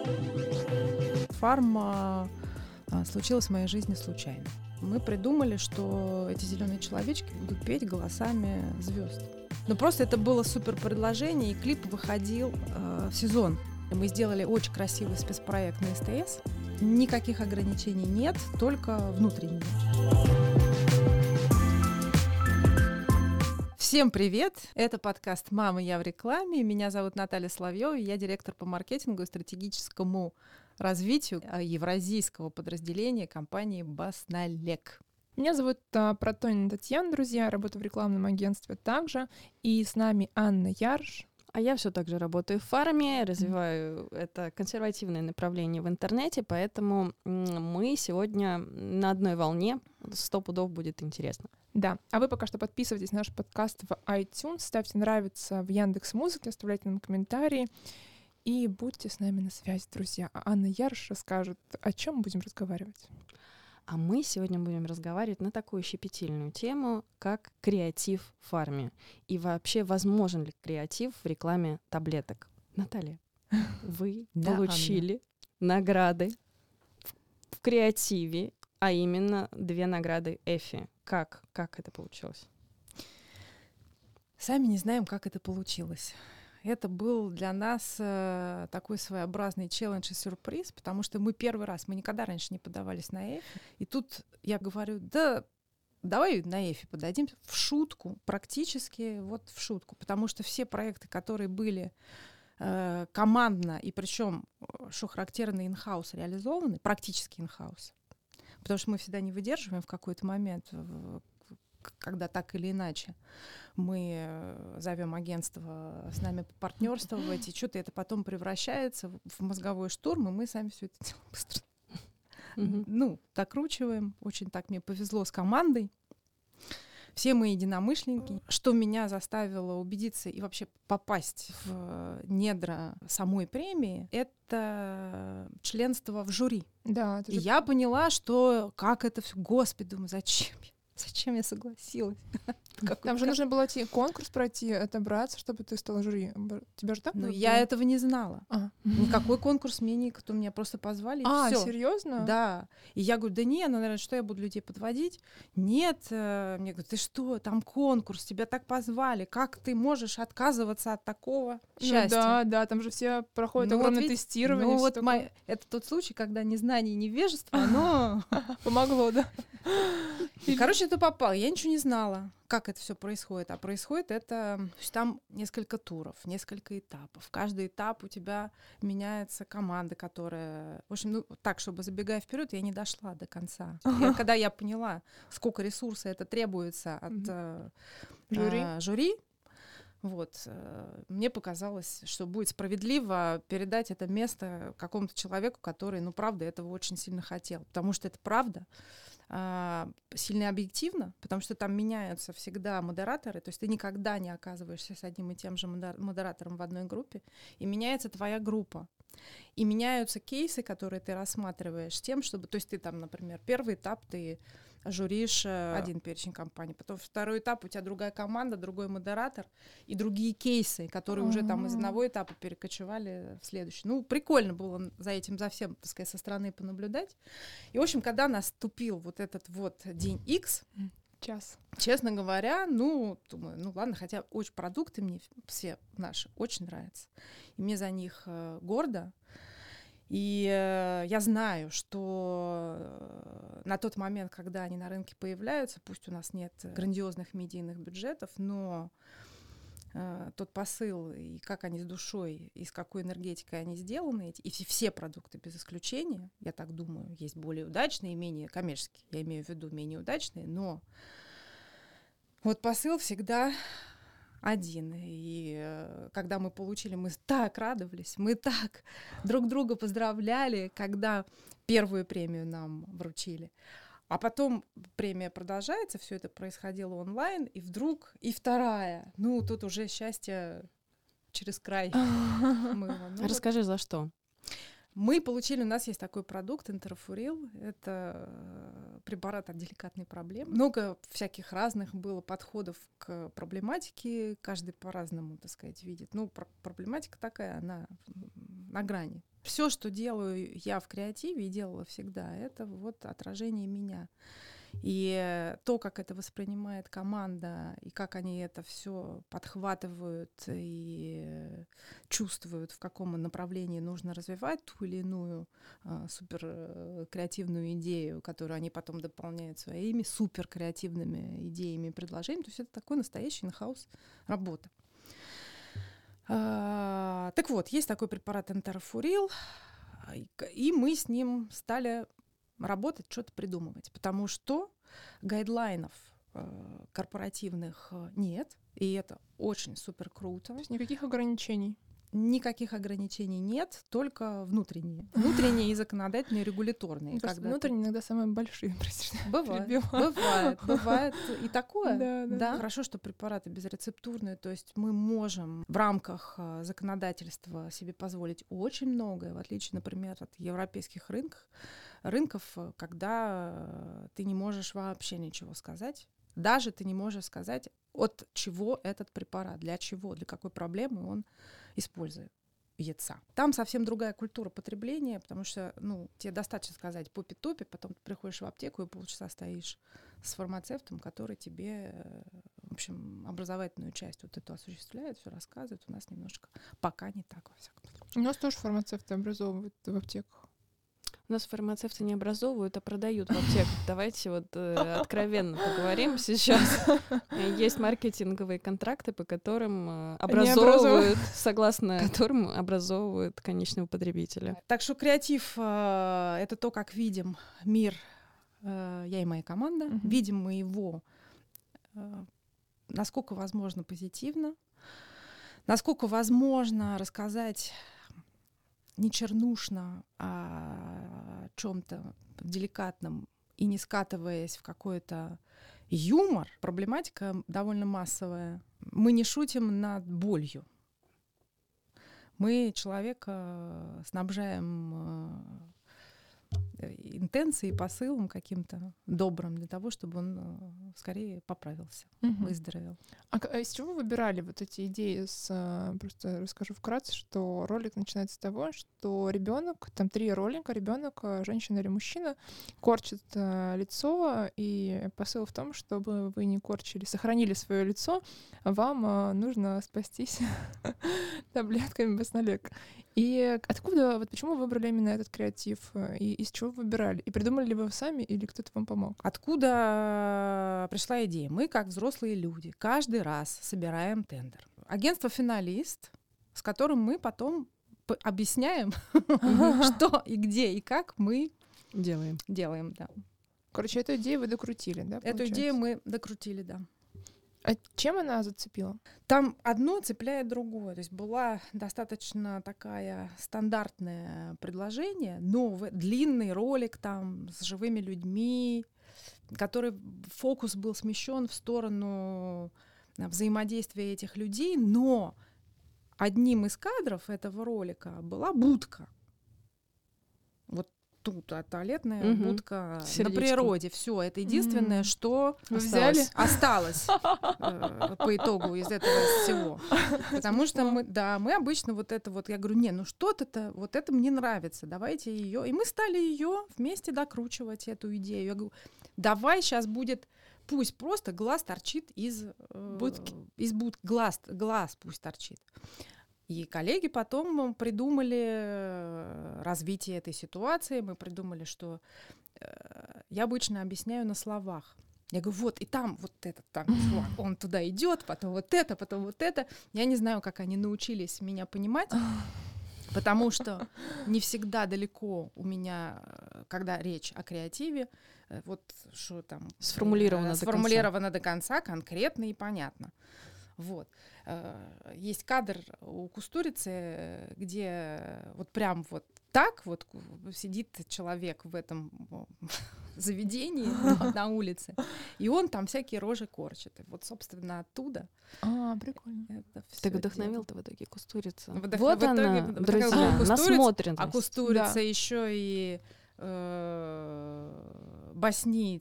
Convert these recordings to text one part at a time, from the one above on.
Фарма случилась в моей жизни случайно. Мы придумали, что эти зеленые человечки будут петь голосами звезд. Но просто это было супер предложение, и клип выходил в сезон. Мы сделали очень красивый спецпроект на СТС. Никаких ограничений нет, только внутренние. Всем привет! Это подкаст «Мама, я в рекламе». Меня зовут Наталья Соловьева, я директор по маркетингу и стратегическому развитию евразийского подразделения компании «Басналек». Меня зовут Протонина Татьяна, друзья, работаю в рекламном агентстве также, и с нами Анна Ярш. А я все так же работаю в фарме, развиваю это консервативное направление в интернете, поэтому мы сегодня на одной волне, 100 пудов будет интересно. Да, а вы пока что подписывайтесь на наш подкаст в iTunes, ставьте нравится в Яндекс.Музыке, оставляйте нам комментарии и будьте с нами на связи, друзья. А Анна Ярш расскажет, о чем мы будем разговаривать. А мы сегодня будем разговаривать на такую щепетильную тему, как креатив в фарме. И вообще, возможен ли креатив в рекламе таблеток? Наталья, вы получили награды в креативе, а именно 2 награды Эффи. Как это получилось? Сами не знаем, как это получилось. Это был для нас такой своеобразный челлендж и сюрприз, потому что мы первый раз, мы никогда раньше не подавались на Эффи. И тут я говорю, да, давай на Эффи подадим в шутку, практически вот в шутку, потому что все проекты, которые были командно, и причем, что характерно, in-house реализованы, практически in-house, потому что мы всегда не выдерживаем в какой-то момент, когда так или иначе мы зовем агентство с нами попартнерствовать, и что-то это потом превращается в мозговой штурм, и мы сами все это делаем быстро. Докручиваем. Очень так мне повезло с командой. Все мы единомышленники. Что меня заставило убедиться и вообще попасть в недра самой премии, это членство в жюри. Да, и я поняла, что как это все, господи, думаю, Зачем я согласилась? Там же нужно было конкурс пройти, отобраться, чтобы ты стала жюри. Тебя же так? Я этого не знала. Никакой конкурс мне никто, меня просто позвали, и всё. Серьезно? Да. И я говорю, да нет, наверное, что я буду людей подводить? Нет. Мне говорят, ты что, там конкурс, тебя так позвали, как ты можешь отказываться от такого счастья? Да, там же все проходят огромное тестирование. Это тот случай, когда незнание и невежество, оно помогло, да? И, короче, это попало. Я ничего не знала, как это все происходит. А происходит это... То есть там несколько туров, несколько этапов. Каждый этап у тебя меняется команда, которая... В общем, так, чтобы забегая вперед, я не дошла до конца. Когда я поняла, сколько ресурса это требуется от жюри, мне показалось, что будет справедливо передать это место какому-то человеку, который, правда, этого очень сильно хотел. Потому что это правда. Сильно объективно, потому что там меняются всегда модераторы, то есть ты никогда не оказываешься с одним и тем же модератором в одной группе, и меняется твоя группа. И меняются кейсы, которые ты рассматриваешь тем, чтобы... То есть ты там, например, первый этап ты жюришь один перечень компаний, потом второй этап у тебя другая команда, другой модератор и другие кейсы, которые уже там из одного этапа перекочевали в следующий. Прикольно было за всем, так сказать, со стороны понаблюдать. И, в общем, когда наступил вот этот вот день X, час. Честно говоря, думаю, ладно, хотя продукты мне все наши очень нравятся. И мне за них гордо. И я знаю, что на тот момент, когда они на рынке появляются, пусть у нас нет грандиозных медийных бюджетов, но тот посыл, и как они с душой, и с какой энергетикой они сделаны, и все продукты без исключения, я так думаю, есть более удачные и менее коммерческие, я имею в виду менее удачные, но вот посыл всегда один. И когда мы получили, мы так радовались, мы так друг друга поздравляли, когда первую премию нам вручили. А потом премия продолжается, все это происходило онлайн, и вдруг и вторая. Тут уже счастье через край. Расскажи, за что? Мы получили, у нас есть такой продукт Интерфурил, это препарат от деликатной проблемы. Много всяких разных было подходов к проблематике, каждый по-разному, так сказать, видит. Проблематика такая, она на грани. Все, что делаю я в креативе и делала всегда, это вот отражение меня. И то, как это воспринимает команда, и как они это все подхватывают и чувствуют, в каком направлении нужно развивать ту или иную супер креативную идею, которую они потом дополняют своими супер креативными идеями и предложениями. То есть это такой настоящий in-house работа. Так вот, есть такой препарат энтерофурил, и мы с ним стали работать, что-то придумывать, потому что гайдлайнов корпоративных нет, и это очень супер круто. То есть никаких ограничений? Никаких ограничений нет, только внутренние. Внутренние и законодательные, и регуляторные. Внутренние иногда самые большие, простите. Бывает и такое. Да. Хорошо, что препараты безрецептурные, то есть мы можем в рамках законодательства себе позволить очень многое, в отличие, например, от европейских рынков, когда ты не можешь вообще ничего сказать. Даже ты не можешь сказать, от чего этот препарат, для чего, для какой проблемы он используется. Там совсем другая культура потребления, потому что тебе достаточно сказать попи-топи, потом ты приходишь в аптеку и полчаса стоишь с фармацевтом, который тебе, в общем, образовательную часть вот эту осуществляет, все рассказывает. У нас немножко пока не так, во всяком случае. У нас тоже фармацевты образовывают в аптеках. У нас фармацевты не образовывают, а продают в аптеках. Давайте вот откровенно поговорим сейчас. Есть маркетинговые контракты, по которым образовывают, согласно которым образовывают конечного потребителя. Так что креатив — это то, как видим мир, я и моя команда. Видим мы его, насколько возможно, позитивно, насколько возможно рассказать не чернушно, а о чем-то деликатном и не скатываясь в какой-то юмор. Проблематика довольно массовая. Мы не шутим над болью. Мы человека снабжаем интенцией, посылом каким-то добрым для того, чтобы он скорее поправился, выздоровел. А из чего вы выбирали вот эти идеи? Просто расскажу вкратце, что ролик начинается с того, что ребенок, там 3 ролика, ребенок, женщина или мужчина, корчит лицо, и посыл в том, чтобы вы не корчили, сохранили свое лицо, вам нужно спастись таблетками Басналек. И откуда, вот почему вы выбрали именно этот креатив? И из чего вы выбирали? И придумали ли вы сами, или кто-то вам помог? Откуда пришла идея? Мы, как взрослые люди, каждый раз собираем тендер. Агентство «Финалист», с которым мы потом объясняем, что и где и как мы делаем, да. Короче, эту идею вы докрутили, да? Эту идею мы докрутили, да. А чем она зацепила? Там одно цепляет другое. То есть была достаточно такая стандартное предложение, но длинный ролик там с живыми людьми, который фокус был смещен в сторону взаимодействия этих людей, но одним из кадров этого ролика была будка. Вот тут туалетная будка на природе. Все, это единственное, что осталось по итогу из этого всего. Потому что мы обычно вот это вот, я говорю, что-то вот это мне нравится, давайте ее. И мы стали ее вместе докручивать, эту идею. Я говорю, давай сейчас будет, пусть просто глаз торчит из будки. Глаз пусть торчит. И коллеги потом придумали развитие этой ситуации. Мы придумали, что я обычно объясняю на словах. Я говорю, вот и там вот этот там чувак, он туда идет, потом вот это, потом вот это. Я не знаю, как они научились меня понимать, потому что не всегда далеко у меня, когда речь о креативе, вот что там сформулировано до конца, конкретно и понятно. Вот. Есть кадр у Кустурицы, где вот прям вот так вот сидит человек в этом заведении на улице, и он там всякие рожи корчит. И вот, собственно, оттуда. Прикольно. Так вдохновил-то в итоге Кустурица. Вот она, друзья, насмотренность. А Кустурица еще и басниц.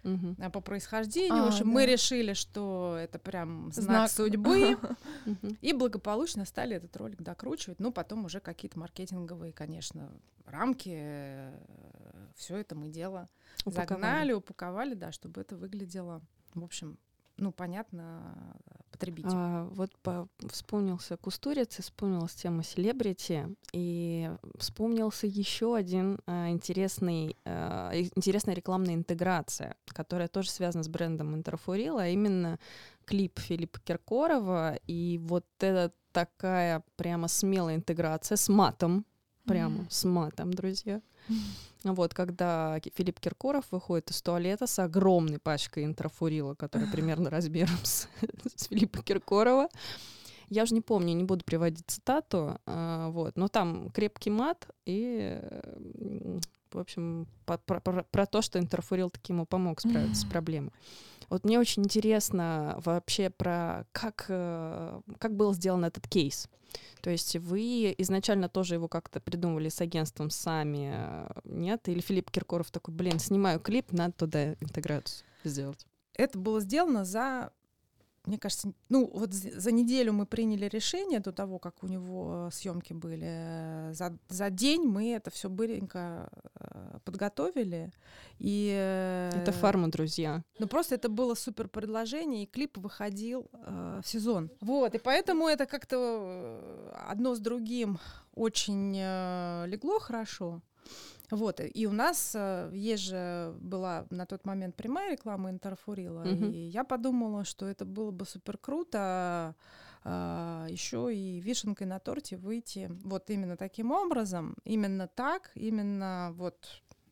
по происхождению. В общем, мы решили, что это прям знак судьбы. И благополучно стали этот ролик докручивать. Ну, потом уже какие-то маркетинговые, конечно, рамки. Все это мы дело загнали, упаковали, да, чтобы это выглядело, в общем, ну, понятно, потребителю. Вот вспомнился Кустурица, вспомнилась тема селебрити, и вспомнился еще один интересная рекламная интеграция, которая тоже связана с брендом Интерфурил, а именно клип Филиппа Киркорова, и вот это такая прямо смелая интеграция с матом, прямо с матом, друзья. Вот, когда Филипп Киркоров выходит из туалета с огромной пачкой интрафурила, которая примерно размером с Филиппа Киркорова. Я уже не помню, не буду приводить цитату, вот, но там крепкий мат и, в общем, про то, что интрафурил таки ему помог справиться с проблемой. Вот мне очень интересно вообще про как был сделан этот кейс. То есть вы изначально тоже его как-то придумывали с агентством сами, нет? Или Филипп Киркоров такой, снимаю клип, надо туда интеграцию сделать? Это было сделано мне кажется, ну вот за неделю мы приняли решение до того, как у него съемки были. За день мы это все быренько подготовили. Это фарма, друзья. Ну просто это было супер предложение, и клип выходил в сезон. Вот, и поэтому это как-то одно с другим очень легло хорошо. Вот, и у нас есть же была на тот момент прямая реклама Интерфурила, и я подумала, что это было бы супер круто еще и вишенкой на торте выйти вот именно таким образом, именно так, именно вот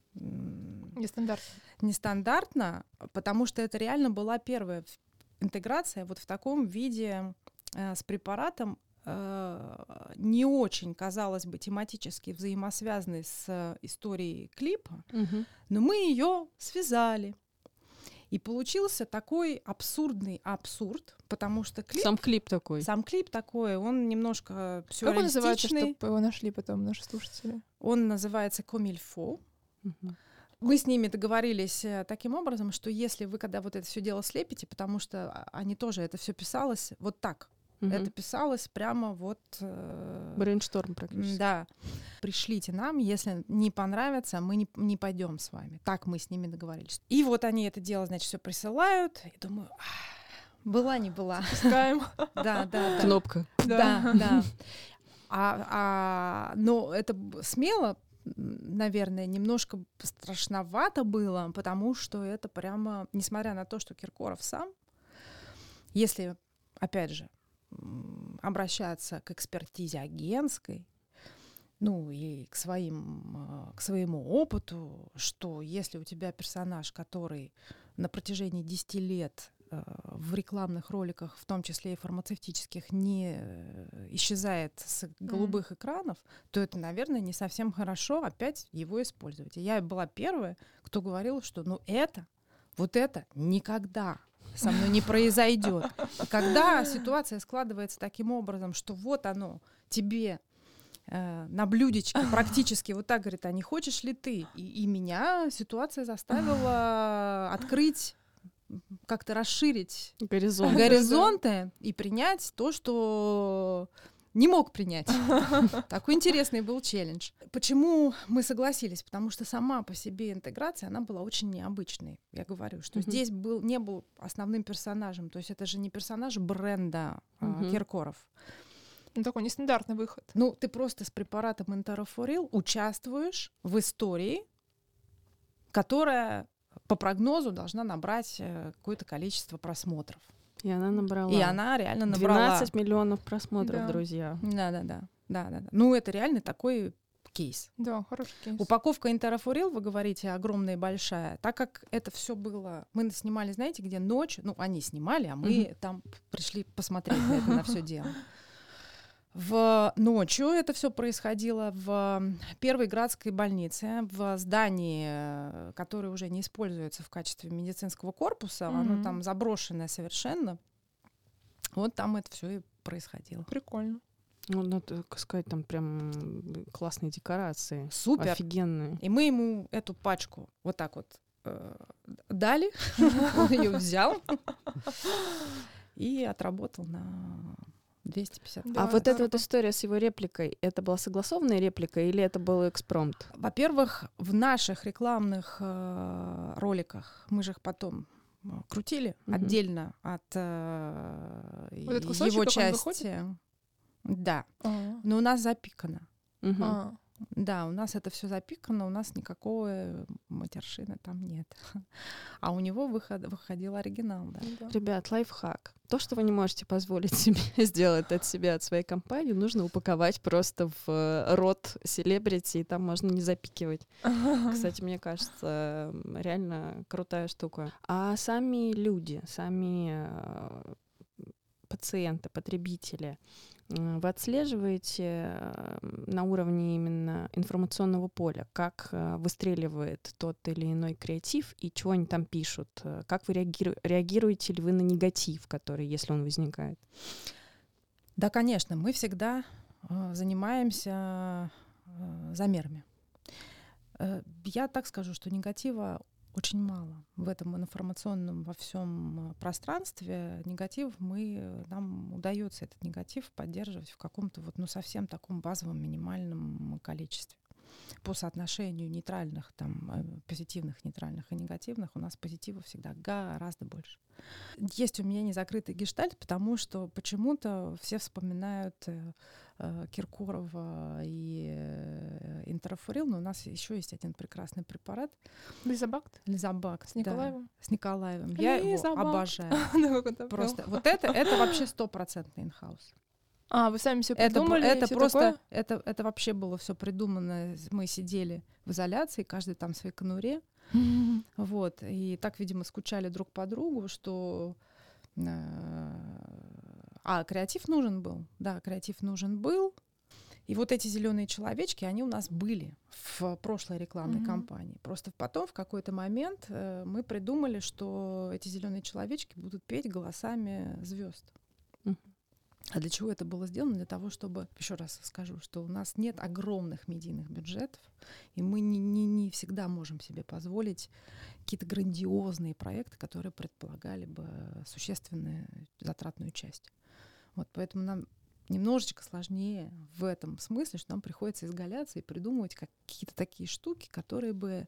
нестандартно, потому что это реально была первая интеграция вот в таком виде с препаратом, не очень, казалось бы, тематически взаимосвязанной с историей клипа, но мы ее связали. И получился такой абсурдный абсурд, потому что Сам клип такой, он немножко сюрреалистичный. Как он называется, чтобы его нашли потом наши слушатели? Он называется «Комильфо». Мы с ними договорились таким образом, что если вы, когда вот это все дело слепите, потому что они тоже, это все писалось вот так. Это писалось прямо вот... брейншторм практически. Да. Пришлите нам, если не понравится, мы не пойдем с вами. Так мы с ними договорились. И вот они это дело, значит, все присылают. И думаю, была не была. Пускаем. Да. Кнопка. Да. Но это смело, наверное, немножко страшновато было, потому что это прямо, несмотря на то, что Киркоров сам, если, опять же, обращаться к экспертизе агентской, ну и к своему опыту, что если у тебя персонаж, который на протяжении 10 лет в рекламных роликах, в том числе и фармацевтических, не исчезает с голубых экранов, то это, наверное, не совсем хорошо опять его использовать. И я была первая, кто говорил, что вот это никогда со мной не произойдет. И когда ситуация складывается таким образом, что вот оно тебе на блюдечке практически вот так говорит, а не хочешь ли ты? И меня ситуация заставила открыть, как-то расширить горизонты и принять то, что не мог принять. Такой интересный был челлендж. Почему мы согласились? Потому что сама по себе интеграция, она была очень необычной. Я говорю, что здесь не был основным персонажем. То есть это же не персонаж бренда Киркоров. Ну, такой нестандартный выход. Ну, ты просто с препаратом Интерфурил участвуешь в истории, которая по прогнозу должна набрать какое-то количество просмотров. И она набрала. И она реально набрала. 12 миллионов просмотров, друзья. Да. Ну, это реально такой кейс. Да, хороший кейс. Упаковка Интерфурил, вы говорите, огромная и большая. Так как это все было... Мы снимали, знаете, где ночью. Ну, они снимали, а мы там пришли посмотреть на все дело. Ночью это все происходило в первой градской больнице, в здании, которое уже не используется в качестве медицинского корпуса, оно там заброшенное совершенно. Вот там это все и происходило. Прикольно. Ну, надо сказать, там прям классные декорации. Супер. Офигенные. И мы ему эту пачку вот так вот дали, он ее взял и отработал на 250. Да, А вот эта вот здорово. история с его репликой, это была согласованная реплика или это был экспромт? Во-первых, в наших рекламных роликах, мы же их потом крутили Мгм. отдельно от Вот этот кусочек, его как он выходит? части. Да, А. но у нас запикано. Мгм. А. Да, у нас это все запикано, у нас никакой матершины там нет. А у него выходил оригинал, да. Да. Ребят, лайфхак. То, что вы не можете позволить себе сделать от себя, от своей компании, нужно упаковать просто в рот селебрити, и там можно не запикивать. Кстати, мне кажется, реально крутая штука. А сами люди, сами пациенты, потребители, вы отслеживаете на уровне именно информационного поля, как выстреливает тот или иной креатив и чего они там пишут? Как вы реагируете ли вы на негатив, который, если он возникает? Да, конечно, мы всегда занимаемся замерами. Я так скажу, что негатива очень мало в этом информационном во всем пространстве. Нам удается этот негатив поддерживать в каком-то вот, совсем таком базовом минимальном количестве. По соотношению нейтральных, позитивных, нейтральных и негативных у нас позитива всегда гораздо больше. Есть у меня незакрытый гештальт, потому что почему-то все вспоминают Киркорова и интерферил, но у нас еще есть один прекрасный препарат. Лизабакт? Лизабакт. С Николаевым? Да, с Николаевым. Я его Лизабакт. обожаю. Ну, как он там Просто пел. вот это вообще 100% инхаус. А, вы сами все Это придумали? и всё просто, такое? это вообще было все придумано. Мы сидели в изоляции, каждый там в своей конуре. Вот. И так, видимо, скучали друг по другу, что... креатив нужен был. Да, креатив нужен был. И вот эти зеленые человечки, они у нас были в прошлой рекламной кампании. Просто потом, в какой-то момент, мы придумали, что эти зеленые человечки будут петь голосами звезд. А для чего это было сделано? Для того, чтобы, еще раз скажу, что у нас нет огромных медийных бюджетов, и мы не всегда можем себе позволить какие-то грандиозные проекты, которые предполагали бы существенную затратную часть. Вот поэтому нам немножечко сложнее в этом смысле, что нам приходится изгаляться и придумывать какие-то такие штуки, которые бы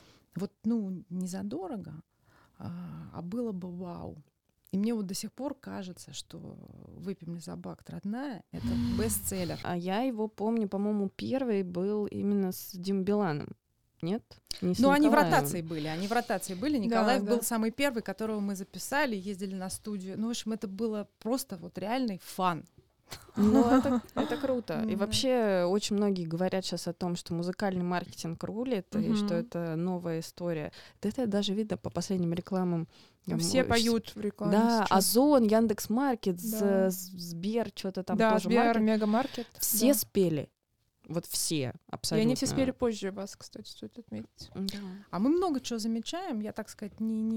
не задорого, а было бы вау. И мне вот до сих пор кажется, что «Выпьем Лизабакт, родная» — это бестселлер. А я его помню, по-моему, первый был именно с Димой Биланом. Нет? Не с Ну, они в Николаевым. ротации были. Николаев Да. был самый первый, которого мы записали, ездили на студию. Ну, в общем, это было просто вот реальный фан. Ну, это круто. И Да. вообще очень многие говорят сейчас о том, что музыкальный маркетинг рулит, и что это новая история. Да это даже видно по последним рекламам. Все поют в рекламе Да, сейчас. Озон, Яндекс.Маркет, Да. Сбер, что-то там Да, тоже Сбер, маркет. Мегамаркет. Все да. спели. Вот все, И абсолютно. они все спели позже вас, кстати, стоит отметить. Да. А мы много чего замечаем. Я, так сказать,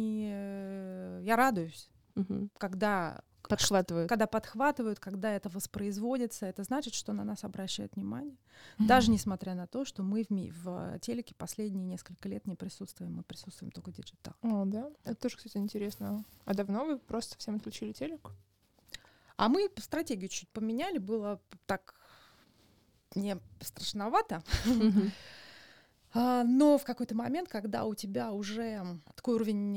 я радуюсь, Мгм. когда Подхватывают. подхватывают, когда это воспроизводится. Это значит, что на нас обращают внимание. Даже несмотря на то, что мы в телеке последние несколько лет не присутствуем. Мы присутствуем только в диджитал. О, да? Это тоже, кстати, интересно. А давно вы просто всем отключили телек? А мы стратегию чуть поменяли. Было так не страшновато. Мгм. Но в какой-то момент, когда у тебя уже такой уровень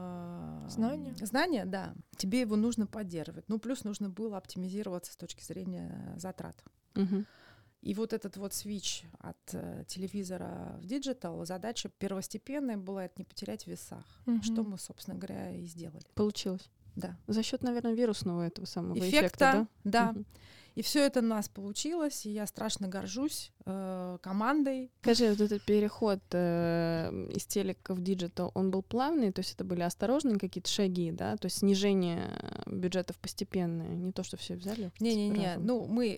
знания, да, тебе его нужно поддерживать. Ну, плюс нужно было оптимизироваться с точки зрения затрат. Мгм. И вот этот вот свич от телевизора в диджитал, задача первостепенная была — это не потерять в весах. Что мы, собственно говоря, и сделали. Получилось. Да. За счет, наверное, вирусного этого самого Эффекта, эффекта, да. Мгм. И все это у нас получилось, и я страшно горжусь командой. Скажи, вот этот переход из телека в диджитал, он был плавный, то есть это были осторожные какие-то шаги, да, то есть снижение бюджетов постепенное, не то, что все взяли. Не-не-не, разом. ну мы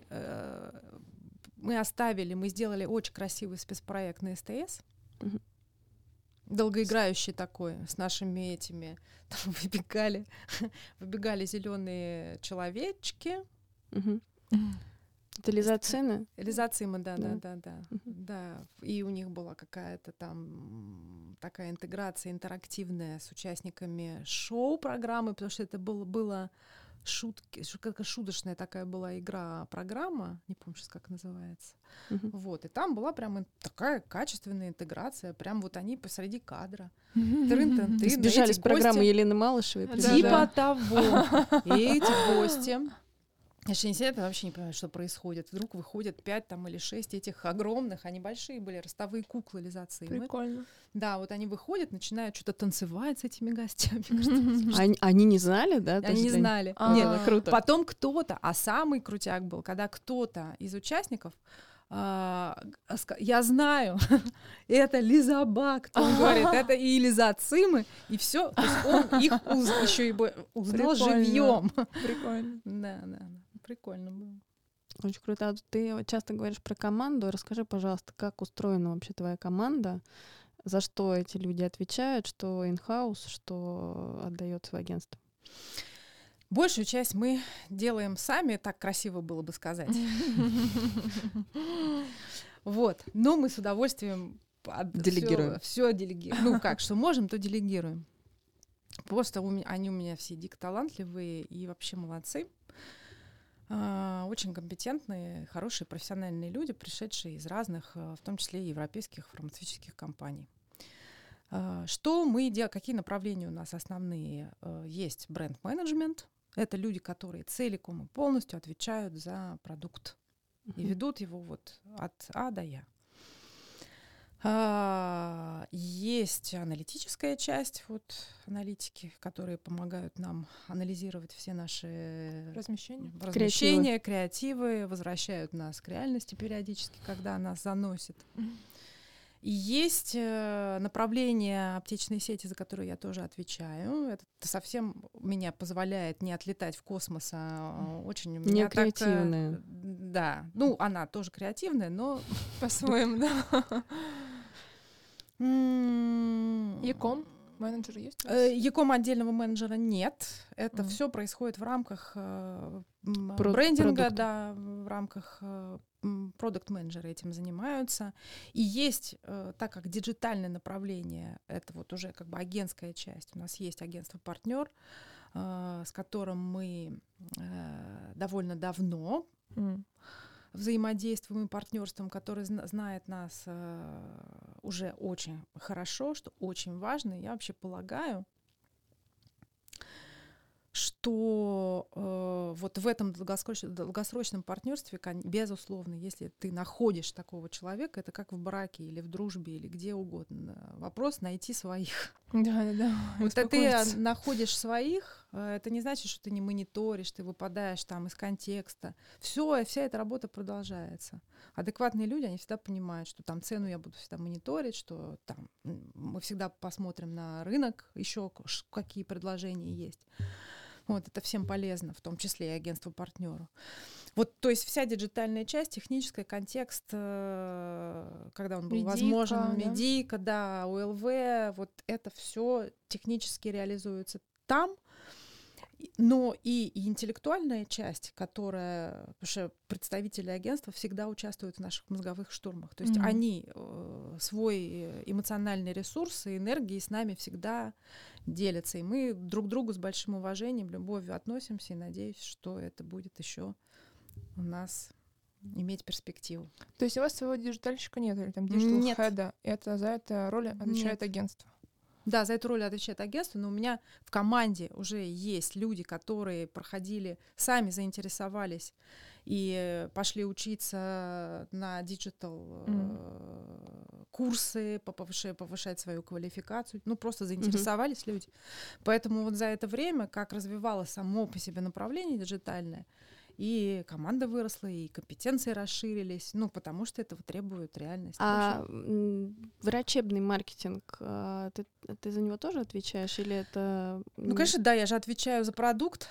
сделали очень красивый спецпроект на СТС. Мгм. Долгоиграющий такой, с нашими этими, там выбегали зеленые человечки. Мгм. Это лизоцины? Лизоцимы, да. Да. Да, и у них была какая-то там такая интеграция интерактивная с участниками шоу-программы, потому что это было шутки, шуточная такая была игра-программа, не помню сейчас, как называется. Вот, и там была прям такая качественная интеграция, прям вот они посреди кадра. Трын-тын-тын, Сбежали с программы Елены Малышевой. Типа того. И эти гости... Они сидят, вообще не понимают, что происходит. Вдруг выходят 5 там, или 6 этих огромных, они большие были, ростовые куклы Лизацимы. Прикольно. Да, вот они выходят, начинают что-то танцевать с этими гостями. Они не знали, да? Они не знали. Нет, круто. Потом кто-то, а самый крутяк был, когда кто-то из участников, я знаю, это Лизабак, он говорит, это и Лизацимы, и все. То есть он их еще и узнал живьем. Прикольно. Да. Прикольно было. Очень круто. А ты часто говоришь про команду. Расскажи, пожалуйста, как устроена вообще твоя команда? За что эти люди отвечают? Что in-house, что отдает в агентство? Большую часть мы делаем сами, так красиво было бы сказать. Вот. Но мы с удовольствием делегируем. Все делегируем. Ну как, что можем, то делегируем. Просто они у меня все дико талантливые и вообще молодцы. Очень компетентные, хорошие, профессиональные люди, пришедшие из разных, в том числе и европейских фармацевтических компаний. Что мы делаем? Какие направления у нас основные? Есть бренд-менеджмент. Это люди, которые целиком и полностью отвечают за продукт и ведут его вот от А до Я. Есть аналитическая часть, вот аналитики, которые помогают нам анализировать все наши размещения, креативы, возвращают нас к реальности периодически, когда нас заносит. И есть направление аптечной сети, за которое я тоже отвечаю. Это совсем меня позволяет не отлетать в космос, а очень... Не креативная. Да, ну она тоже креативная, но... По-своему, да. Яком менеджер есть у вас? Яком отдельного менеджера нет. Это все происходит в рамках брендинга, да, в рамках продакт-менеджеры этим занимаются. И есть, так как диджитальное направление, это вот уже как бы агентская часть. У нас есть агентство-партнер, с которым мы довольно давно взаимодействуем и партнерством, который знает нас уже очень хорошо, что очень важно. Я вообще полагаю, что вот в этом долгосрочном партнерстве, безусловно, если ты находишь такого человека, это как в браке или в дружбе или где угодно. Вопрос найти своих. Да. Вот ты находишь своих, это не значит, что ты не мониторишь, ты выпадаешь там из контекста. Вся эта работа продолжается. Адекватные люди, они всегда понимают, что там цену я буду всегда мониторить, что там мы всегда посмотрим на рынок, еще какие предложения есть. Вот, это всем полезно, в том числе и агентству-партнеру. Вот, то есть вся диджитальная часть, технический контекст, когда он был возможен, медийка, да, УЛВ, вот это все технически реализуется там. Но и интеллектуальная часть, потому что представители агентства всегда участвуют в наших мозговых штурмах. То есть они свой эмоциональный ресурс и энергии с нами всегда делятся. И мы друг к другу с большим уважением, любовью относимся. И надеюсь, что это будет еще у нас иметь перспективу. То есть у вас своего диджитальщика нет? Или там диджитал-хеда? Это за это роль отвечает агентство? Да, за эту роль отвечает агентство, но у меня в команде уже есть люди, которые проходили, сами заинтересовались и пошли учиться на диджитал курсы, повышать свою квалификацию. Ну, просто заинтересовались люди. Поэтому вот за это время, как развивалось само по себе направление диджитальное, и команда выросла, и компетенции расширились, ну, потому что этого требует реальность. А врачебный маркетинг, ты за него тоже отвечаешь, или это... Ну, конечно, да, я же отвечаю за продукт,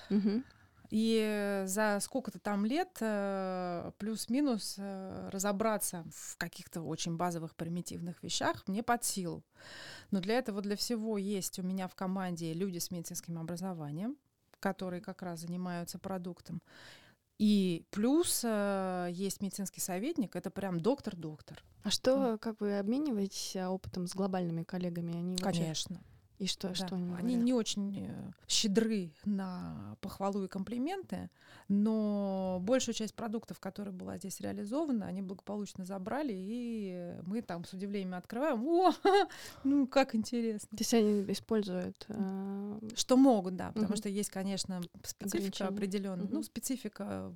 и за сколько-то там лет плюс-минус разобраться в каких-то очень базовых, примитивных вещах мне под силу. Но для этого, для всего есть у меня в команде люди с медицинским образованием, которые как раз занимаются продуктом. И плюс есть медицинский советник, это прям доктор-доктор. А что, как вы обмениваетесь опытом с глобальными коллегами? Они вообще... Конечно. И что, Да. что они говорят? Они не очень щедры на похвалу и комплименты, но большую часть продуктов, которая была здесь реализована, они благополучно забрали, и мы там с удивлением открываем. О, ну как интересно. То есть они используют... Что могут, да, потому что есть, конечно, специфика ограничения. определенная. Ну, специфика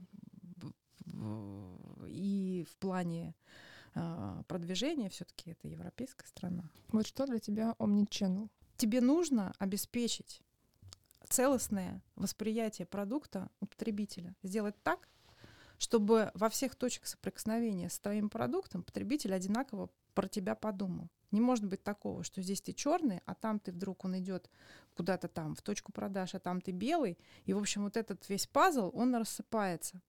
и в плане продвижения все-таки это европейская страна. Вот что для тебя Omnichannel? Тебе нужно обеспечить целостное восприятие продукта у потребителя. Сделать так, чтобы во всех точках соприкосновения с твоим продуктом потребитель одинаково про тебя подумал. Не может быть такого, что здесь ты черный, а там ты вдруг он идет куда-то там в точку продаж, а там ты белый. И, в общем, вот этот весь пазл, он рассыпается.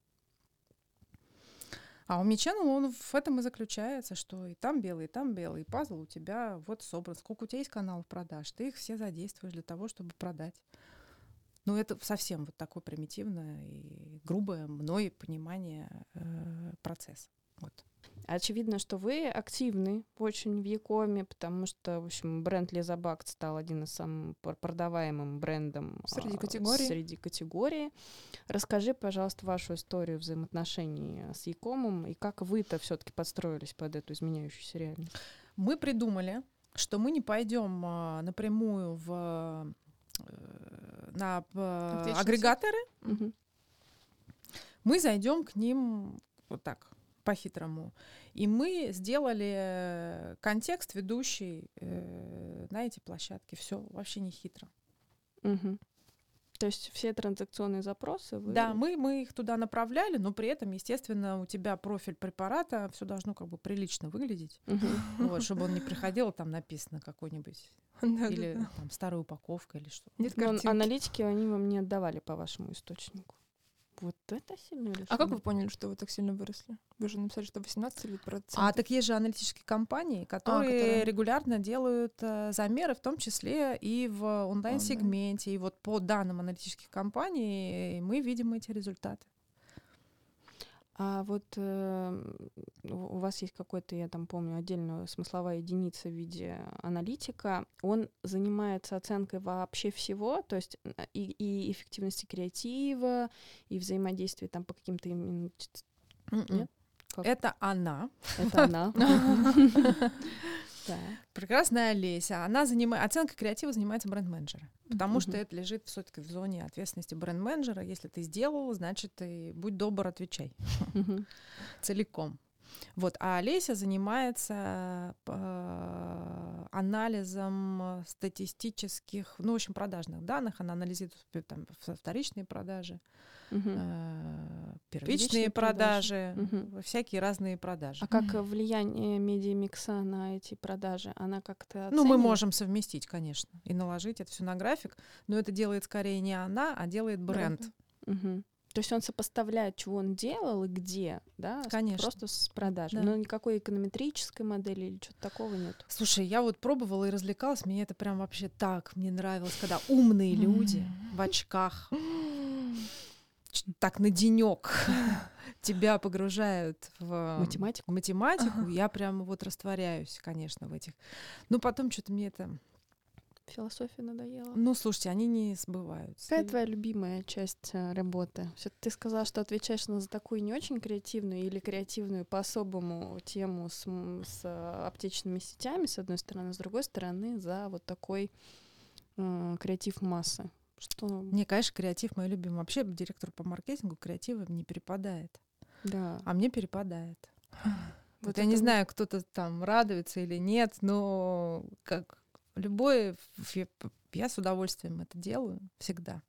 А Omnichannel, он в этом и заключается, что и там белый, и пазл у тебя вот собран. Сколько у тебя есть каналов продаж, ты их все задействуешь для того, чтобы продать. Ну, это совсем вот такое примитивное и грубое мной понимание процесса. Вот. Очевидно, что вы активны очень в Якоме, потому что, в общем, бренд Лизабакт стал один из самых продаваемых брендов среди категории. Расскажи, пожалуйста, вашу историю взаимоотношений с Якомом и как вы-то все-таки подстроились под эту изменяющуюся реальность. Мы придумали, что мы не пойдем напрямую на агрегаторы. Угу. Мы зайдем к ним вот так, по-хитрому. И мы сделали контекст ведущий на эти площадки. Все вообще не хитро. Угу. То есть все транзакционные запросы вы... Да, мы их туда направляли, но при этом, естественно, у тебя профиль препарата, все должно как бы прилично выглядеть, вот, чтобы он не приходил, там написано какой-нибудь, или там старая упаковка, или что. Но аналитики они вам не отдавали по вашему источнику. Вот это сильно решение. А как вы поняли, что вы так сильно выросли? Вы же написали, что 18%. А так есть же аналитические компании, которые регулярно делают замеры, в том числе и в онлайн-сегменте. И вот по данным аналитических компаний мы видим эти результаты. А вот у вас есть какой-то, я там помню, отдельная смысловая единица в виде аналитика. Он занимается оценкой вообще всего, то есть и эффективности креатива, и взаимодействия там по каким-то именно... Нет? Это она. Это она. Прекрасная Олеся. Она оценкой креатива занимается бренд-менеджеры. Потому что это лежит все-таки в зоне ответственности бренд-менеджера. Если ты сделал, значит, ты будь добр, отвечай. Целиком. Вот. А Олеся занимается анализом статистических, ну, в общем, продажных данных. Она анализирует там вторичные продажи, первичные продажи, всякие разные продажи. А как влияние медиамикса на эти продажи? Она как-то оценивает? Ну, мы можем совместить, конечно, и наложить это все на график, но это делает скорее не она, а делает бренд. То есть он сопоставляет, чего он делал и где, да? Конечно. Просто с продажей. Да. Но никакой эконометрической модели или что-то такого нет. Слушай, я вот пробовала и развлекалась, мне это прям вообще так мне нравилось, когда умные люди в очках так на денек тебя погружают в математику. Я прям вот растворяюсь, конечно, в этих. Но потом что-то мне это... Философия надоела. Ну, слушайте, они не сбываются. Какая твоя любимая часть работы? Ты сказала, что отвечаешь за такую не очень креативную или креативную по-особому тему с аптечными сетями, с одной стороны, с другой стороны, за вот такой креатив массы. Что... Мне, конечно, креатив мой любимый. Вообще директору по маркетингу креатива не перепадает. Да. А мне перепадает. Вот я не знаю, кто-то там радуется или нет, но как любое, я с удовольствием это делаю всегда.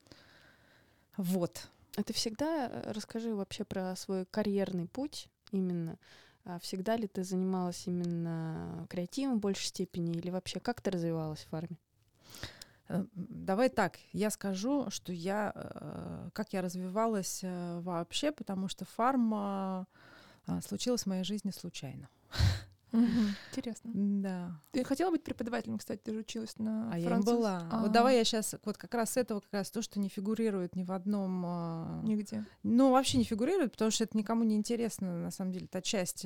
Вот. А ты всегда, расскажи вообще про свой карьерный путь именно. Всегда ли ты занималась именно креативом в большей степени или вообще как ты развивалась в фарме? Давай так, я скажу, что как я развивалась вообще, потому что фарма случилась в моей жизни случайно. Интересно. Да. Ты хотела быть преподавателем, кстати, ты же училась на А я им французском. была. Вот давай я сейчас вот как раз с этого, как раз то, что не фигурирует ни в одном... Нигде. Ну, вообще не фигурирует, потому что это никому не интересно, на самом деле, та часть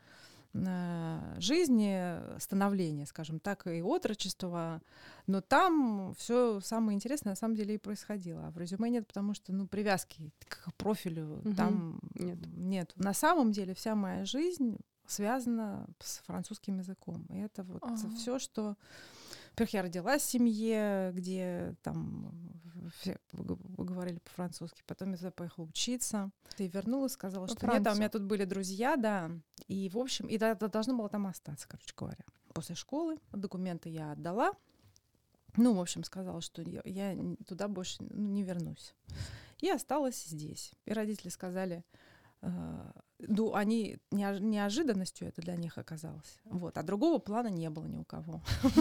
жизни, становления, скажем так, и отрочества. Но там все самое интересное на самом деле и происходило. А в резюме нет, потому что, ну, привязки к профилю там нет. На самом деле вся моя жизнь связана с французским языком. И это вот все, что... Во-первых, я родилась в семье, где там все говорили по-французски. Потом я туда поехала учиться. И вернулась, сказала, что нет, у меня тут были друзья, да. И, в общем, и это должна была там остаться, короче говоря. После школы документы я отдала. Ну, в общем, сказала, что я туда больше не вернусь. И осталась здесь. И родители сказали... Ну, они неожиданностью это для них оказалось. Вот. А другого плана не было ни у кого.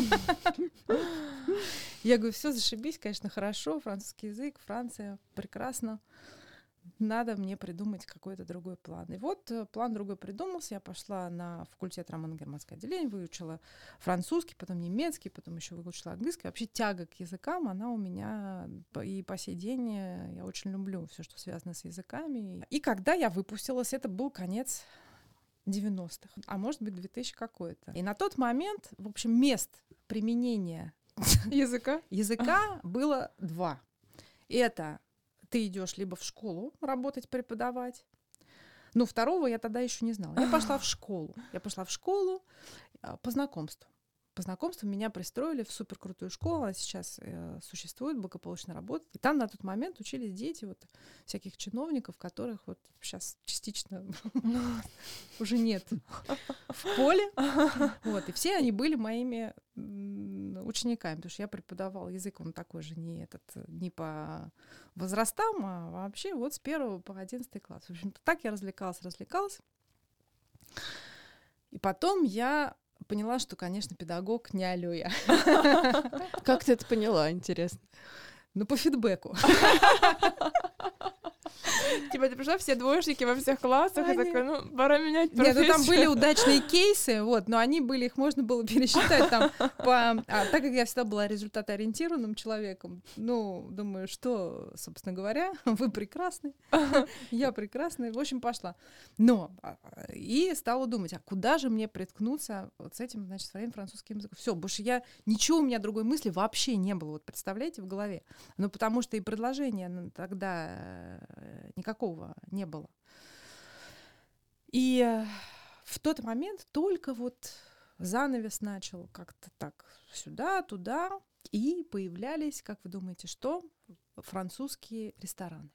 Я говорю, все, зашибись, конечно, хорошо, французский язык, Франция, прекрасно. Надо мне придумать какой-то другой план. И вот план другой придумался. Я пошла на факультет романо-германское отделение, выучила французский, потом немецкий, потом еще выучила английский. Вообще тяга к языкам, она у меня и по сей день. Я очень люблю все, что связано с языками. И когда я выпустилась, это был конец 90-х, а может быть 2000 какой-то. И на тот момент, в общем, мест применения языка было два. Это ты идешь либо в школу работать, преподавать. Ну, второго я тогда еще не знала. Я пошла в школу. По знакомству. По знакомству меня пристроили в суперкрутую школу. Она сейчас существует, благополучно работает. И там на тот момент учились дети вот всяких чиновников, которых вот сейчас частично уже нет в поле. Вот. И все они были моими учениками, потому что я преподавала язык, он такой же не по возрастам, а вообще вот с 1 по 11 класс. В общем, так я развлекалась. И потом я поняла, что, конечно, педагог не алё я. Как ты это поняла, интересно? Ну, по фидбэку. Типа ты пришла, все двоечники во всех классах, и такая, ну, пора менять профессию. Нет, ну там были удачные кейсы, вот, но они были, их можно было пересчитать там так как я всегда была результатоориентированным человеком, ну, думаю, что, собственно говоря, вы прекрасны, я прекрасна, в общем, пошла. Но, и стала думать, а куда же мне приткнуться вот с этим, значит, своим французским языком? Все, больше ничего у меня другой мысли вообще не было, вот представляете, в голове. Ну, потому что и предложения тогда никакого не было. И в тот момент только вот занавес начал как-то так сюда, туда, и появлялись, как вы думаете, что? Французские рестораны.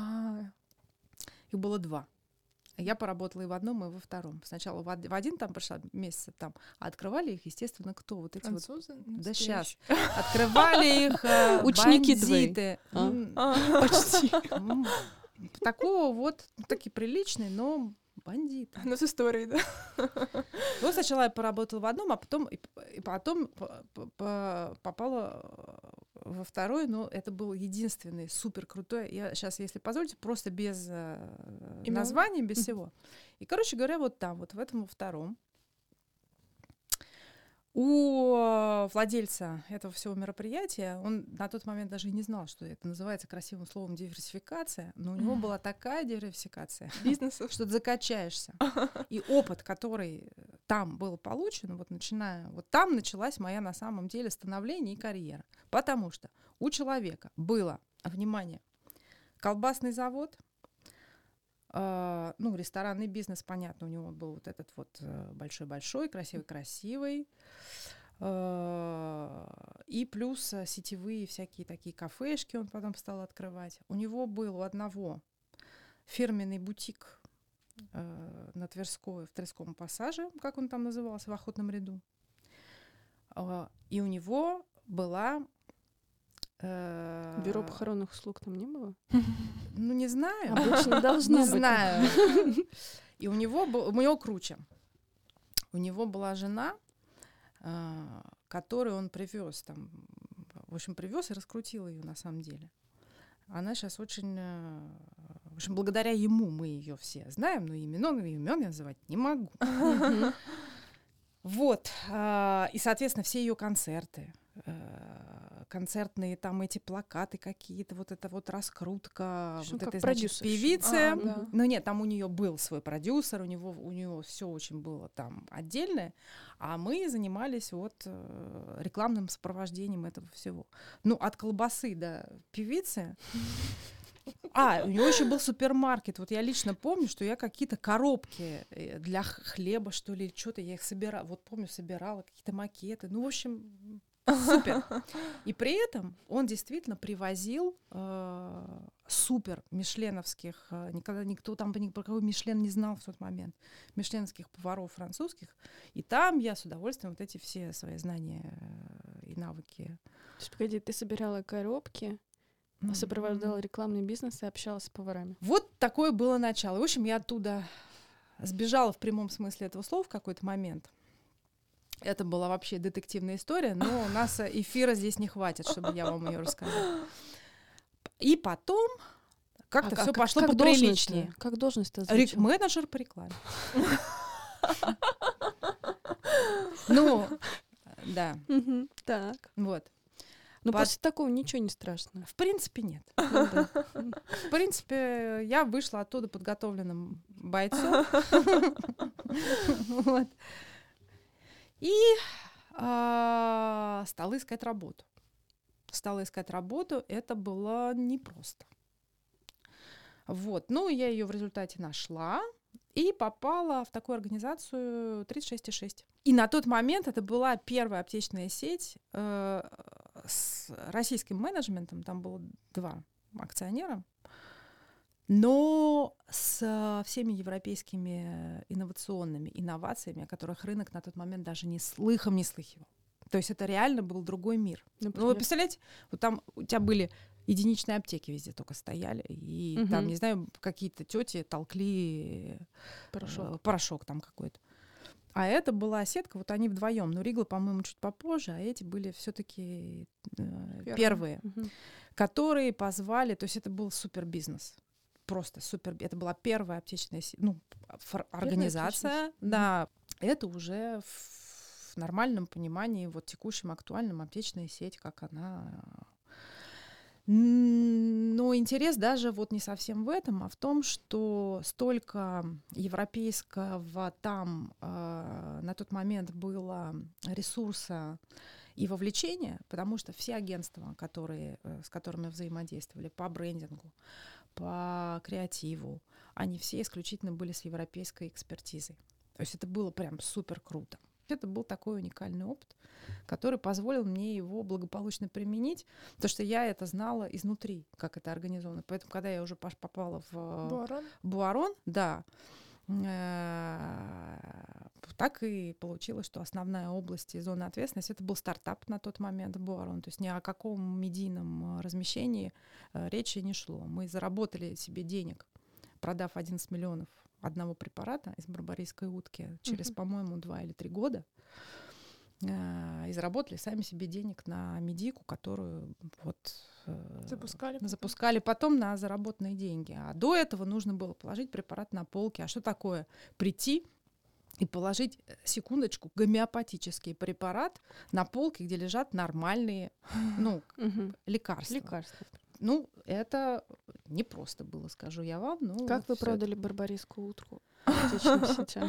Их было 2. Я поработала и в одном, и во втором. Сначала в один там прошла месяца там, а открывали их, естественно, кто? Вот эти французы? Вот, да сейчас. Открывали их ученики бандиты. Почти. Такого вот, такие приличные, но бандиты. Ну, с историей, да. Вот сначала я поработала в одном, а потом попала во второй, но это был единственный супер крутой. Я сейчас, если позволите, просто без названия, без всего. И, короче говоря, вот там, вот в этом во втором, у владельца этого всего мероприятия, он на тот момент даже и не знал, что это называется красивым словом диверсификация, но у него была такая диверсификация бизнеса, что ты закачаешься. И опыт, который там был получен, вот начиная, вот там началась моя на самом деле становление и карьера. Потому что у человека было, внимание, колбасный завод, ну, ресторанный бизнес, понятно, у него был вот этот вот большой-большой, красивый-красивый, и плюс сетевые всякие такие кафешки он потом стал открывать. У него был у одного фирменный бутик на Тверской, в Тверском пассаже, как он там назывался, в Охотном ряду. И у него была... Бюро похоронных услуг там не было? Ну, не знаю. Обычно должно быть. Не знаю. И у него круче. У него была жена, которую он привез там. В общем, привез и раскрутил ее на самом деле. Она сейчас очень... В общем, благодаря ему мы ее все знаем, но имен я называть не могу. Вот. И, соответственно, все ее концерты, концертные там эти плакаты какие-то, вот эта вот раскрутка Что, вот как этой, значит, продюсерша. певицы. Да. Ну нет, там у нее был свой продюсер, у него все очень было там отдельное, а мы занимались вот рекламным сопровождением этого всего. Ну, от колбасы до певицы. У него еще был супермаркет. Вот я лично помню, что я какие-то коробки для хлеба, что ли, что-то я их собирала. Вот помню, собирала какие-то макеты. Ну, в общем, супер. И при этом он действительно привозил супер мишленовских, никогда никто там про кого Мишлен не знал в тот момент, мишленовских поваров французских. И там я с удовольствием вот эти все свои знания и навыки. То есть, погоди, ты собирала коробки, сопровождала рекламный бизнес и общалась с поварами. Вот такое было начало. В общем, я оттуда сбежала в прямом смысле этого слова в какой-то момент. Это была вообще детективная история, но у нас эфира здесь не хватит, чтобы я вам ее рассказала. И потом как-то все пошло поприличнее. Как должность-то звучит? Менеджер по рекламе. Ну, да. Так. Вот. Ну, после такого ничего не страшно. В принципе, нет. В принципе, я вышла оттуда подготовленным бойцом. И стала искать работу. Это было непросто. Вот. Ну, я ее в результате нашла и попала в такую организацию 36,6. И на тот момент это была первая аптечная сеть с российским менеджментом. Там было 2 акционера. Но с всеми европейскими инновационными инновациями, о которых рынок на тот момент даже слыхом не слыхивал. То есть это реально был другой мир. Например? Ну, вы представляете, вот там у тебя были единичные аптеки везде только стояли, и там, не знаю, какие-то тети толкли порошок там какой-то. А это была сетка, вот они вдвоем. Ну, Ригла, по-моему, чуть попозже, а эти были все-таки первые, которые позвали, то есть это был супербизнес. Просто супер. Это была первая аптечная организация. Да, это уже в нормальном понимании, вот текущем, актуальном, аптечная сеть, как она. Но интерес даже вот не совсем в этом, а в том, что столько европейского там на тот момент было ресурса и вовлечения, потому что все агентства, с которыми взаимодействовали по брендингу, по креативу, они все исключительно были с европейской экспертизой. То есть это было прям супер круто. Это был такой уникальный опыт, который позволил мне его благополучно применить, потому что я это знала изнутри, как это организовано. Поэтому, когда я уже попала в Буарон, да, так и получилось, что основная область и зона ответственности — это был стартап на тот момент Буарон. То есть ни о каком медийном размещении речи не шло. Мы заработали себе денег, продав 11 миллионов одного препарата из барбарийской утки через, по-моему, 2 или 3 года. И заработали сами себе денег на медийку, которую вот запускали потом на заработанные деньги. А до этого нужно было положить препарат на полки. А что такое прийти и положить, секундочку, гомеопатический препарат на полке, где лежат нормальные лекарства? Ну, это непросто было, скажу я вам. Ну, как вы продали барбарийскую утку аптечным сетям?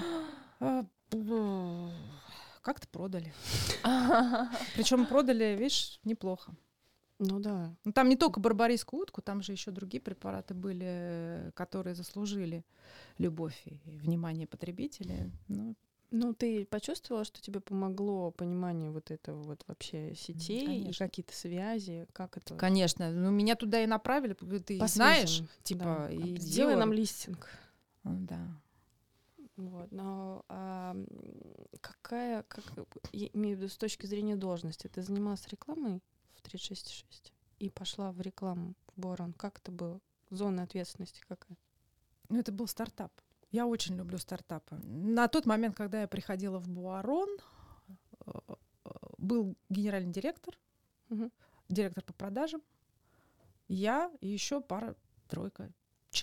Как-то продали. Причем продали, видишь, неплохо. Ну да. Ну, там не только барбарийскую утку, там же еще другие препараты были, которые заслужили любовь и внимание потребителей. Ну, ты почувствовала, что тебе помогло понимание вот этого вот вообще сетей, конечно, и какие-то связи? Как это? Конечно. Ну, меня туда и направили. Ты знаешь, типа, и сделай нам листинг. Да. Вот, но я имею в виду с точки зрения должности, ты занималась рекламой в 36,6 и пошла в рекламу в Буарон. Как это было? Зона ответственности какая? Ну, это был стартап. Я очень люблю стартапы. На тот момент, когда я приходила в Буарон, был генеральный директор, директор по продажам, я и еще пара-тройка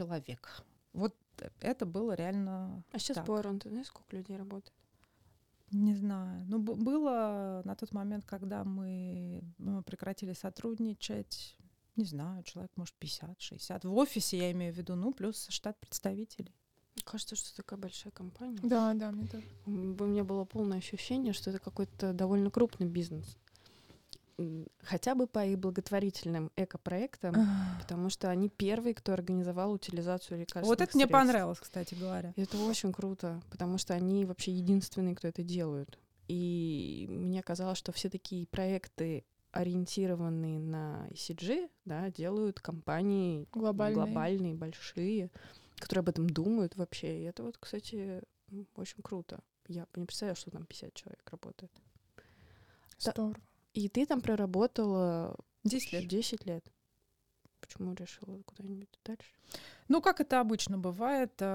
человек. Вот это было реально. А сейчас Буарон, ты знаешь, сколько людей работает? Не знаю. Ну, было на тот момент, когда мы прекратили сотрудничать, не знаю, человек, может, 50-60. В офисе, я имею в виду, ну, плюс штат представителей. Кажется, что это такая большая компания. Да, мне тоже. У меня было полное ощущение, что это какой-то довольно крупный бизнес. Хотя бы по их благотворительным экопроектам, потому что они первые, кто организовал утилизацию лекарственных Вот это средств. мне понравилось, кстати говоря. И это очень круто, потому что они вообще единственные, кто это делают. И мне казалось, что все такие проекты, ориентированные на ESG, да, делают компании глобальные, большие, которые об этом думают вообще. И это вот, кстати, очень круто. Я не представляю, что там 50 человек работает. Здорово. И ты там проработала 10 лет. 10 лет. Почему решила куда-нибудь дальше? Ну, как это обычно бывает, в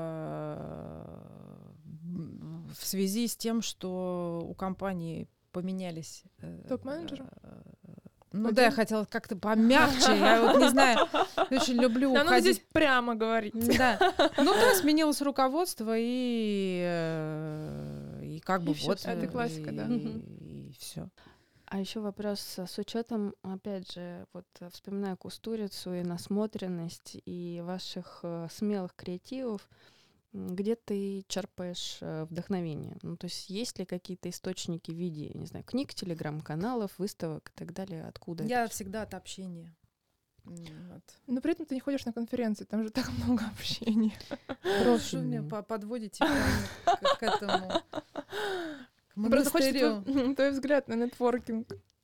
связи с тем, что у компании поменялись... Топ-менеджеры? Ну да, я хотела как-то помягче, я вот не знаю, очень люблю Нам надо уходить. здесь прямо говорить. Да. Ну да, сменилось руководство, и как бы И всё, вот... это классика, да. И все. А еще вопрос с учетом, опять же, вот вспоминая Кустурицу и насмотренность и ваших смелых креативов, где ты черпаешь вдохновение? Ну, то есть ли какие-то источники в виде, не знаю, книг, телеграм-каналов, выставок и так далее? Откуда Я это? всегда от общения. Вот. Но при этом ты не ходишь на конференции, там же так много общения. Что мне подводите к этому? К Просто монастырю. хочется твой взгляд на нетворкинг.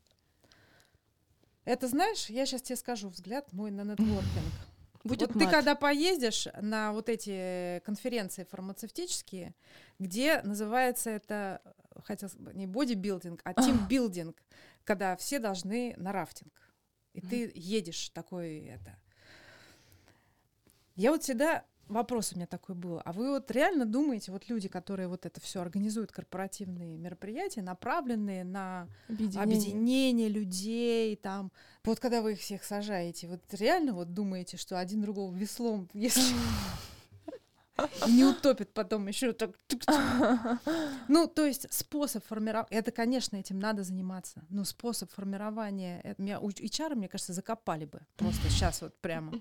Это знаешь, я сейчас тебе скажу взгляд мой на нетворкинг. Будет Вот ты мат. когда поездишь на вот эти конференции фармацевтические, где называется это, хотел сказать, не бодибилдинг, а тимбилдинг, когда все должны на рафтинг. И ты едешь такой это. Я вот всегда... Вопрос у меня такой был. А вы вот реально думаете, вот люди, которые вот это все организуют, корпоративные мероприятия, направленные на объединение людей, там, вот когда вы их всех сажаете, вот реально вот думаете, что один другого веслом, если и не утопит потом еще так. Ну, то есть способ формирования, это, конечно, этим надо заниматься, но способ формирования, меня HR, мне кажется, закопали бы просто сейчас вот прямо.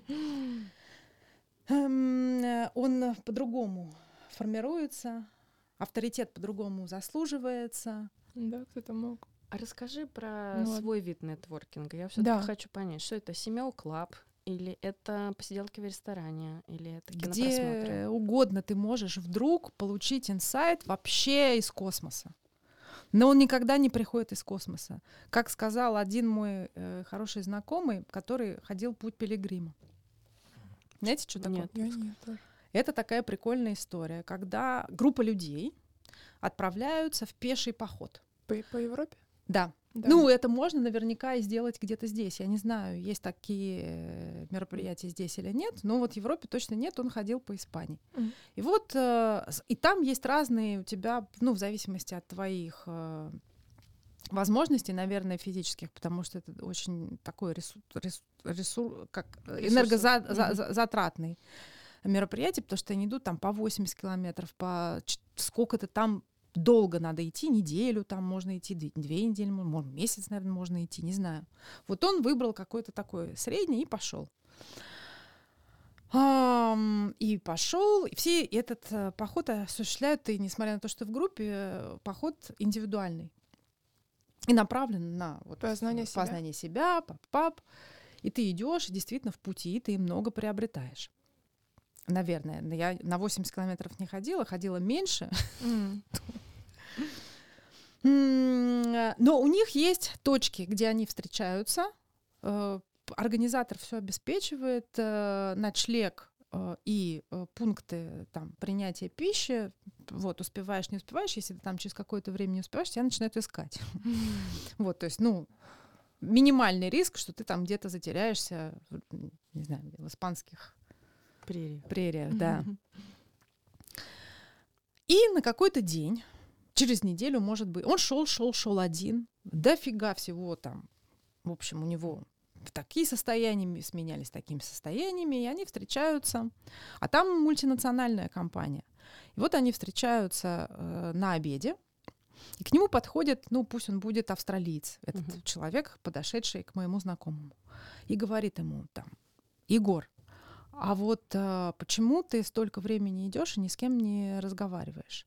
Он по-другому формируется, авторитет по-другому заслуживается. Да, кто-то мог. А расскажи про Ну, свой вид нетворкинга. Я все-таки Да. хочу понять, что это Семел Клаб, или это посиделки в ресторане, или это кинопросмотры? Где угодно ты можешь вдруг получить инсайт вообще из космоса. Но он никогда не приходит из космоса. Как сказал один мой хороший знакомый, который ходил путь пилигрима. Знаете, что такое? Нет. Я нет тоже. Это такая прикольная история, когда группа людей отправляются в пеший поход. По Европе? Да. Да. Ну, это можно наверняка и сделать где-то здесь. Я не знаю, есть такие мероприятия здесь или нет, но вот в Европе точно нет, он ходил по Испании. И вот, и там есть разные у тебя, ну, в зависимости от твоих возможностей, наверное, физических, потому что это очень такой энергозатратный мероприятие, потому что они идут там по 80 километров, по сколько-то там долго надо идти, неделю там можно идти, 2 недели, может, месяц, наверное, можно идти, не знаю. Вот он выбрал какой-то такой средний и пошел. И пошел, и все этот поход осуществляют, и несмотря на то, что в группе, поход индивидуальный. И направлен на вот познание себя, пап. И ты идешь, действительно, в пути, ты много приобретаешь. Наверное. Я на 80 километров не ходила меньше. Но у них есть точки, где они встречаются. Организатор все обеспечивает, ночлег и пункты там, принятия пищи. Вот, успеваешь, не успеваешь. Если ты там через какое-то время не успеваешь, тебя начинают искать. Вот, то есть, ну, минимальный риск, что ты там где-то затеряешься, не знаю, в испанских прериях, да. И на какой-то день, через неделю, может быть, он шел один, дофига всего там. В общем, у него такие состояния сменялись такими состояниями, и они встречаются. А там мультинациональная компания. И вот они встречаются на обеде, И к нему подходит, ну, пусть он будет австралиец, этот человек, подошедший к моему знакомому, и говорит ему там: Егор, а вот почему ты столько времени идешь и ни с кем не разговариваешь?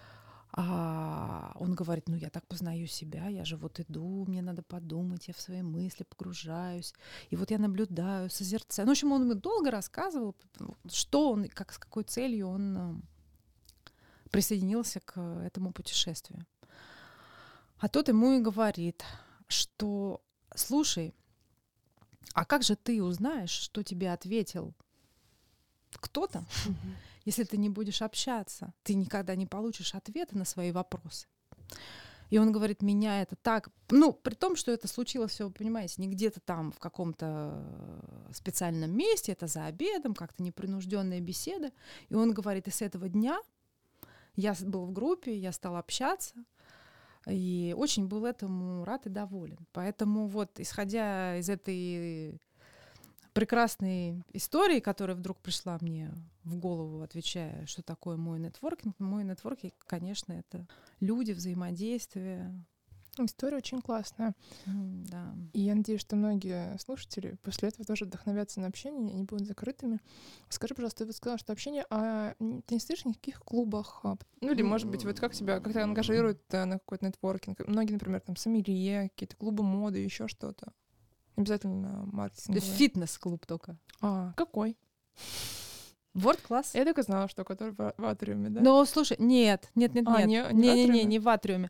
А он говорит: ну, я так познаю себя, я же вот иду, мне надо подумать, я в свои мысли погружаюсь, и вот я наблюдаю, созерцаю. Ну, в общем, он мне долго рассказывал, что он, как, с какой целью он присоединился к этому путешествию. А тот ему и говорит, что: слушай, а как же ты узнаешь, что тебе ответил кто-то, если ты не будешь общаться? Ты никогда не получишь ответа на свои вопросы. И он говорит: меня это так... Ну, при том, что это случилось все, вы понимаете, не где-то там в каком-то специальном месте, это за обедом, как-то непринужденная беседа. И он говорит: и с этого дня я был в группе, я стал общаться, и очень был этому рад и доволен. Поэтому вот, исходя из этой прекрасной истории, которая вдруг пришла мне в голову, отвечая, что такое мой нетворкинг. Мой нетворкинг, конечно, это люди, взаимодействие. История очень классная. Да. И я надеюсь, что многие слушатели после этого тоже вдохновятся на общение, они будут закрытыми. Скажи, пожалуйста, ты вот сказала, что общение, а ты не стоишь в никаких клубах? Ну или, может быть, вот как тебя как-то ангажируют на какой-то нетворкинг? Многие, например, там сомелье, какие-то клубы моды, еще что-то. Не обязательно маркетинг. Фитнес-клуб только. А, какой? World-класс. Я только знала, что который в атриуме, да? Но слушай, нет. Не Не в атриуме.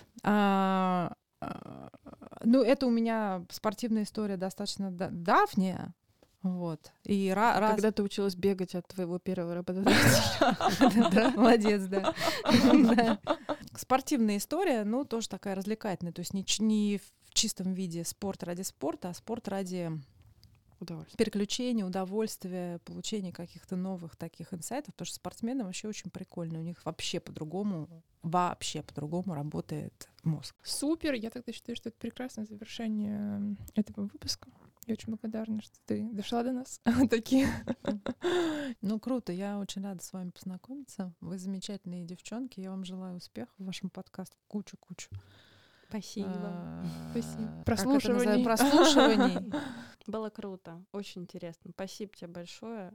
Ну, это у меня спортивная история достаточно давняя. Вот. И Когда ты училась бегать от твоего первого работодателя. Молодец, да. Спортивная история, ну, тоже такая развлекательная. То есть не в чистом виде спорт ради спорта, а спорт ради переключения, удовольствия, получения каких-то новых таких инсайтов, потому что спортсмены вообще очень прикольные, у них вообще по-другому работает мозг. Супер, я тогда считаю, что это прекрасное завершение этого выпуска. Я очень благодарна, что ты дошла до нас. Такие. Ну, круто, я очень рада с вами познакомиться. Вы замечательные девчонки, я вам желаю успехов в вашем подкасте, кучу-кучу. Спасибо. Спасибо. Прослушиваний. Было круто, очень интересно. Спасибо тебе большое.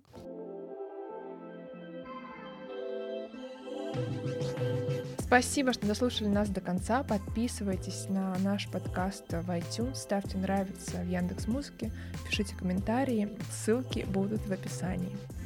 Спасибо, что дослушали нас до конца. Подписывайтесь на наш подкаст в iTunes, ставьте нравится в Яндекс.Музыке, пишите комментарии, ссылки будут в описании.